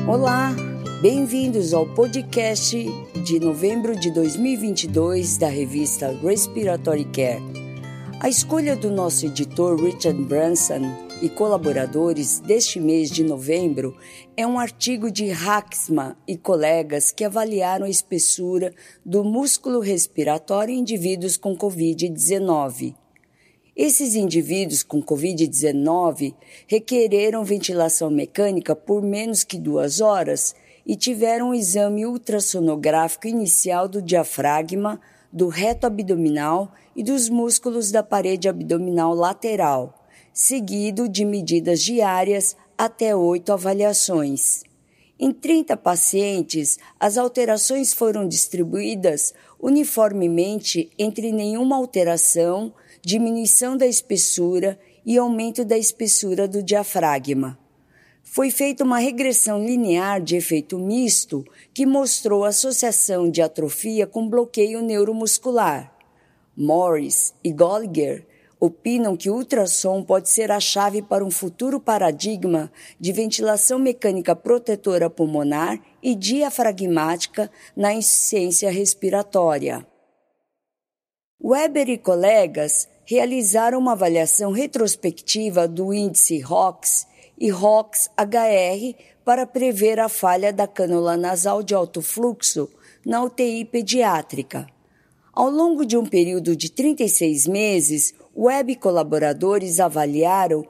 Olá, bem-vindos ao podcast de novembro de 2022 da revista Respiratory Care. A escolha do nosso editor Richard Branson e colaboradores deste mês de novembro é um artigo de Haxma e colegas que avaliaram a espessura do músculo respiratório em indivíduos com Covid-19. Esses indivíduos com Covid-19 requereram ventilação mecânica por menos que 2 horas e tiveram um exame ultrassonográfico inicial do diafragma, do reto abdominal e dos músculos da parede abdominal lateral, seguido de medidas diárias até 8 avaliações. Em 30 pacientes, as alterações foram distribuídas uniformemente entre nenhuma alteração, diminuição da espessura e aumento da espessura do diafragma. Foi feita uma regressão linear de efeito misto que mostrou associação de atrofia com bloqueio neuromuscular. Morris e Golliger opinam que o ultrassom pode ser a chave para um futuro paradigma de ventilação mecânica protetora pulmonar e diafragmática na insuficiência respiratória. Weber e colegas realizaram uma avaliação retrospectiva do índice ROX e ROX-HR para prever a falha da cânula nasal de alto fluxo na UTI pediátrica. Ao longo de um período de 36 meses, Webb e colaboradores avaliaram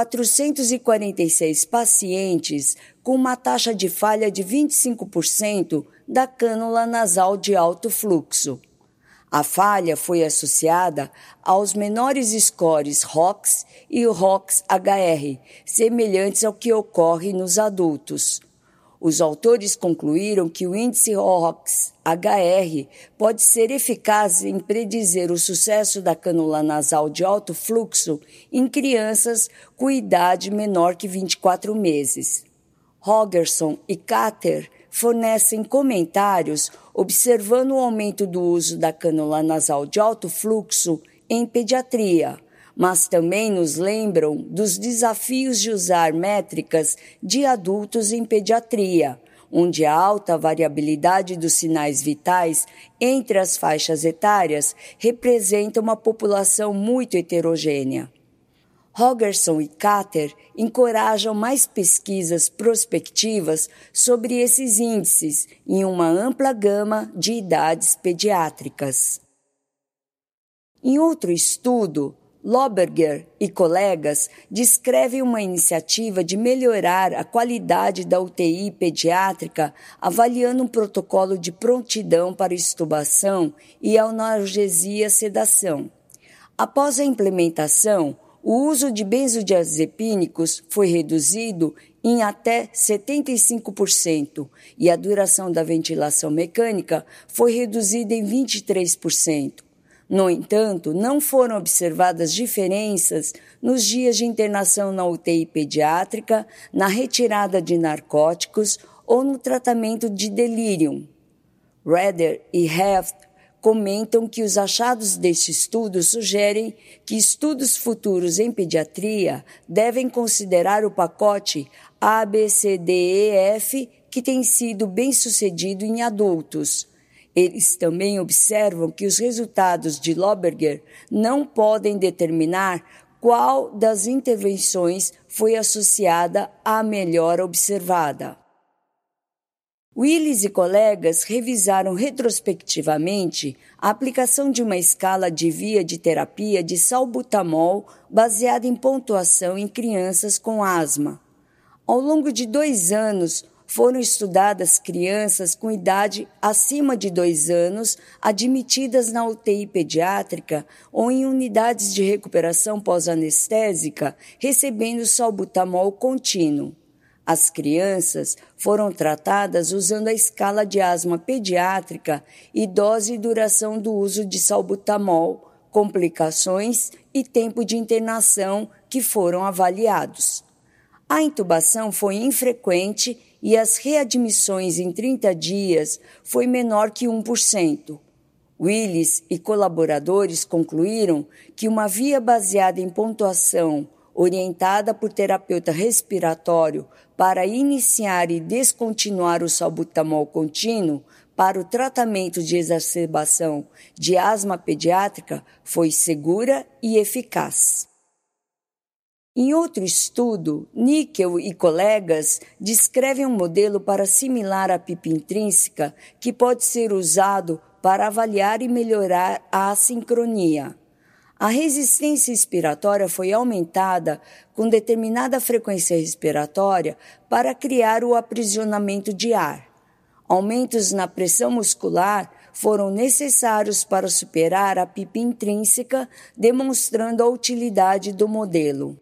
446 pacientes com uma taxa de falha de 25% da cânula nasal de alto fluxo. A falha foi associada aos menores scores ROX e ROX-HR, semelhantes ao que ocorre nos adultos. Os autores concluíram que o índice ROX-HR pode ser eficaz em predizer o sucesso da cânula nasal de alto fluxo em crianças com idade menor que 24 meses. Rogerson e Kater fornecem comentários observando o aumento do uso da cânula nasal de alto fluxo em pediatria, mas também nos lembram dos desafios de usar métricas de adultos em pediatria, onde a alta variabilidade dos sinais vitais entre as faixas etárias representa uma população muito heterogênea. Rogerson e Kater encorajam mais pesquisas prospectivas sobre esses índices em uma ampla gama de idades pediátricas. Em outro estudo, Loberger e colegas descrevem uma iniciativa de melhorar a qualidade da UTI pediátrica avaliando um protocolo de prontidão para extubação e analgesia-sedação. Após a implementação, o uso de benzodiazepínicos foi reduzido em até 75% e a duração da ventilação mecânica foi reduzida em 23%. No entanto, não foram observadas diferenças nos dias de internação na UTI pediátrica, na retirada de narcóticos ou no tratamento de delírio. Rader e Heft comentam que os achados deste estudo sugerem que estudos futuros em pediatria devem considerar o pacote ABCDEF que tem sido bem sucedido em adultos. Eles também observam que os resultados de Loberger não podem determinar qual das intervenções foi associada à melhora observada. Willis e colegas revisaram retrospectivamente a aplicação de uma escala de via de terapia de salbutamol baseada em pontuação em crianças com asma. Ao longo de 2 anos, foram estudadas crianças com idade acima de 2 anos admitidas na UTI pediátrica ou em unidades de recuperação pós-anestésica recebendo salbutamol contínuo. As crianças foram tratadas usando a escala de asma pediátrica e dose e duração do uso de salbutamol, complicações e tempo de internação que foram avaliados. A intubação foi infrequente e as readmissões em 30 dias foi menor que 1%. Willis e colaboradores concluíram que uma via baseada em pontuação orientada por terapeuta respiratório para iniciar e descontinuar o salbutamol contínuo para o tratamento de exacerbação de asma pediátrica, foi segura e eficaz. Em outro estudo, Nickel e colegas descrevem um modelo para assimilar a PIP intrínseca que pode ser usado para avaliar e melhorar a assincronia. A resistência expiratória foi aumentada com determinada frequência respiratória para criar o aprisionamento de ar. Aumentos na pressão muscular foram necessários para superar a PIP intrínseca, demonstrando a utilidade do modelo.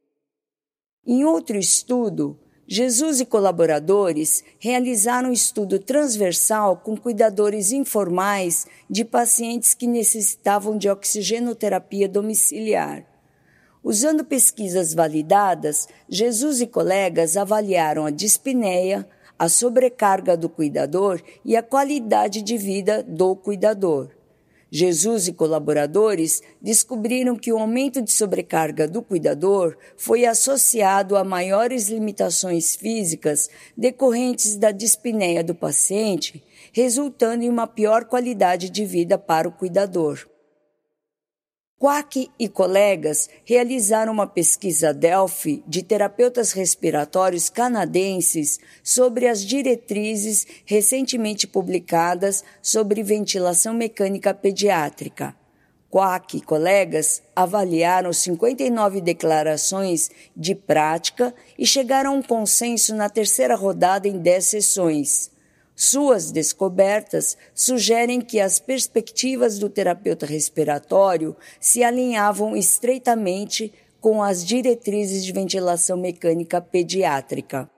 Em outro estudo, Jesus e colaboradores realizaram um estudo transversal com cuidadores informais de pacientes que necessitavam de oxigenoterapia domiciliar. Usando pesquisas validadas, Jesus e colegas avaliaram a dispneia, a sobrecarga do cuidador e a qualidade de vida do cuidador. Jesus e colaboradores descobriram que o aumento de sobrecarga do cuidador foi associado a maiores limitações físicas decorrentes da dispneia do paciente, resultando em uma pior qualidade de vida para o cuidador. Kwak e colegas realizaram uma pesquisa Delphi de terapeutas respiratórios canadenses sobre as diretrizes recentemente publicadas sobre ventilação mecânica pediátrica. Kwak e colegas avaliaram 59 declarações de prática e chegaram a um consenso na terceira rodada em 10 sessões. Suas descobertas sugerem que as perspectivas do terapeuta respiratório se alinhavam estreitamente com as diretrizes de ventilação mecânica pediátrica.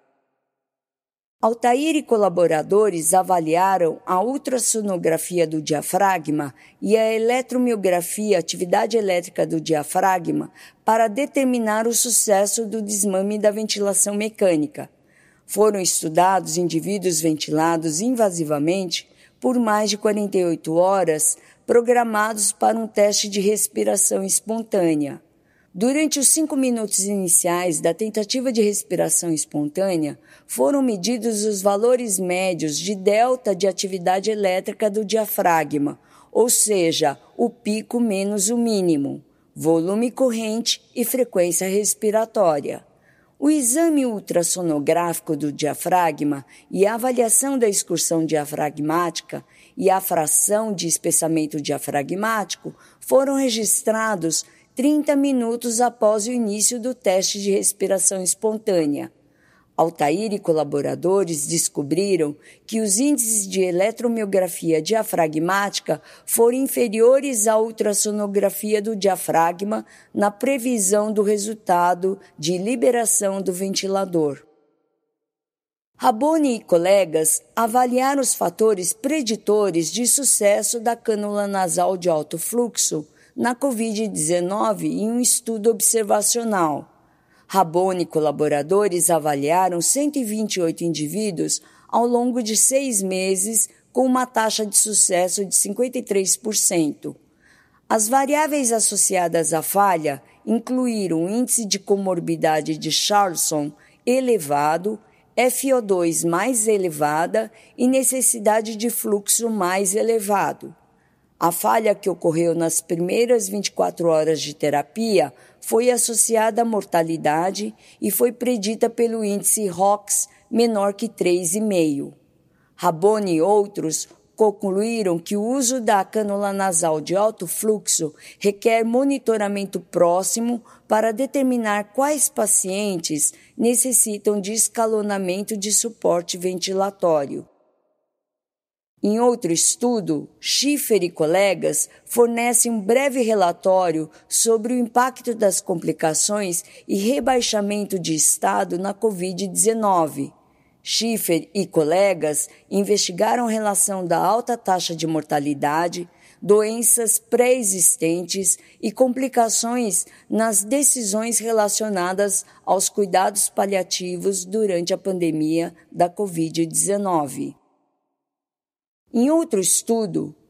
Altair e colaboradores avaliaram a ultrassonografia do diafragma e a eletromiografia, atividade elétrica do diafragma, para determinar o sucesso do desmame da ventilação mecânica. Foram estudados indivíduos ventilados invasivamente por mais de 48 horas, programados para um teste de respiração espontânea. Durante os 5 minutos iniciais da tentativa de respiração espontânea, foram medidos os valores médios de delta de atividade elétrica do diafragma, ou seja, o pico menos o mínimo, volume corrente e frequência respiratória. O exame ultrassonográfico do diafragma e a avaliação da excursão diafragmática e a fração de espessamento diafragmático foram registrados 30 minutos após o início do teste de respiração espontânea. Altair e colaboradores descobriram que os índices de eletromiografia diafragmática foram inferiores à ultrassonografia do diafragma na previsão do resultado de liberação do ventilador. Raboni e colegas avaliaram os fatores preditores de sucesso da cânula nasal de alto fluxo na COVID-19 em um estudo observacional. Raboni e colaboradores avaliaram 128 indivíduos ao longo de 6 meses com uma taxa de sucesso de 53%. As variáveis associadas à falha incluíram o índice de comorbidade de Charlson elevado, FO2 mais elevada e necessidade de fluxo mais elevado. A falha que ocorreu nas primeiras 24 horas de terapia foi associada à mortalidade e foi predita pelo índice ROX menor que 3,5. Raboni e outros concluíram que o uso da cânula nasal de alto fluxo requer monitoramento próximo para determinar quais pacientes necessitam de escalonamento de suporte ventilatório. Em outro estudo, Schiffer e colegas fornecem um breve relatório sobre o impacto das complicações e rebaixamento de estado na COVID-19. Schiffer e colegas investigaram a relação da alta taxa de mortalidade, doenças pré-existentes e complicações nas decisões relacionadas aos cuidados paliativos durante a pandemia da COVID-19. Em outro estudo,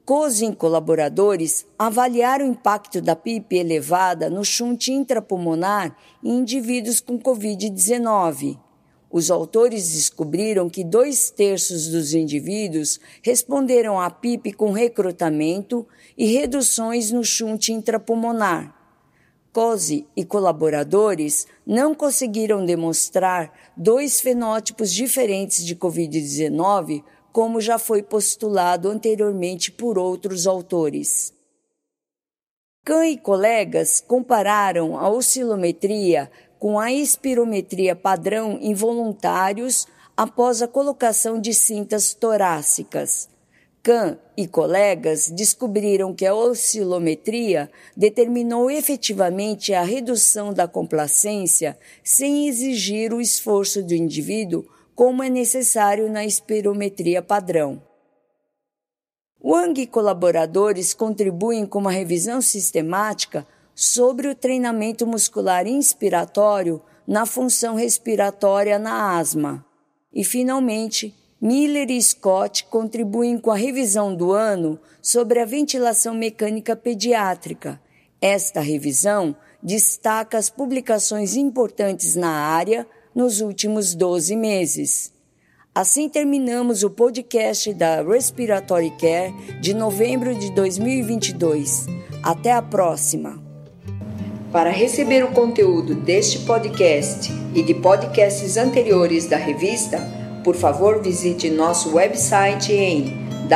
Cosi e colaboradores avaliaram o impacto da PIP elevada no shunt intrapulmonar em indivíduos com Covid-19. Os autores descobriram que 2/3 dos indivíduos responderam à PIP com recrutamento e reduções no shunt intrapulmonar. Cosi e colaboradores não conseguiram demonstrar 2 fenótipos diferentes de Covid-19, como já foi postulado anteriormente por outros autores. Kahn e colegas compararam a oscilometria com a espirometria padrão em voluntários após a colocação de cintas torácicas. Kahn e colegas descobriram que a oscilometria determinou efetivamente a redução da complacência sem exigir o esforço do indivíduo, como é necessário na espirometria padrão. Wang e colaboradores contribuem com uma revisão sistemática sobre o treinamento muscular inspiratório na função respiratória na asma. E, finalmente, Miller e Scott contribuem com a revisão do ano sobre a ventilação mecânica pediátrica. Esta revisão destaca as publicações importantes na área nos últimos 12 meses. Assim terminamos o podcast da Respiratory Care de novembro de 2022. Até a próxima! Para receber o conteúdo deste podcast e de podcasts anteriores da revista, por favor visite nosso website em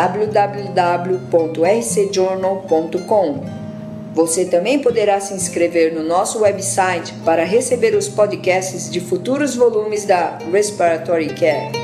www.rcjournal.com. Você também poderá se inscrever no nosso website para receber os podcasts de futuros volumes da Respiratory Care.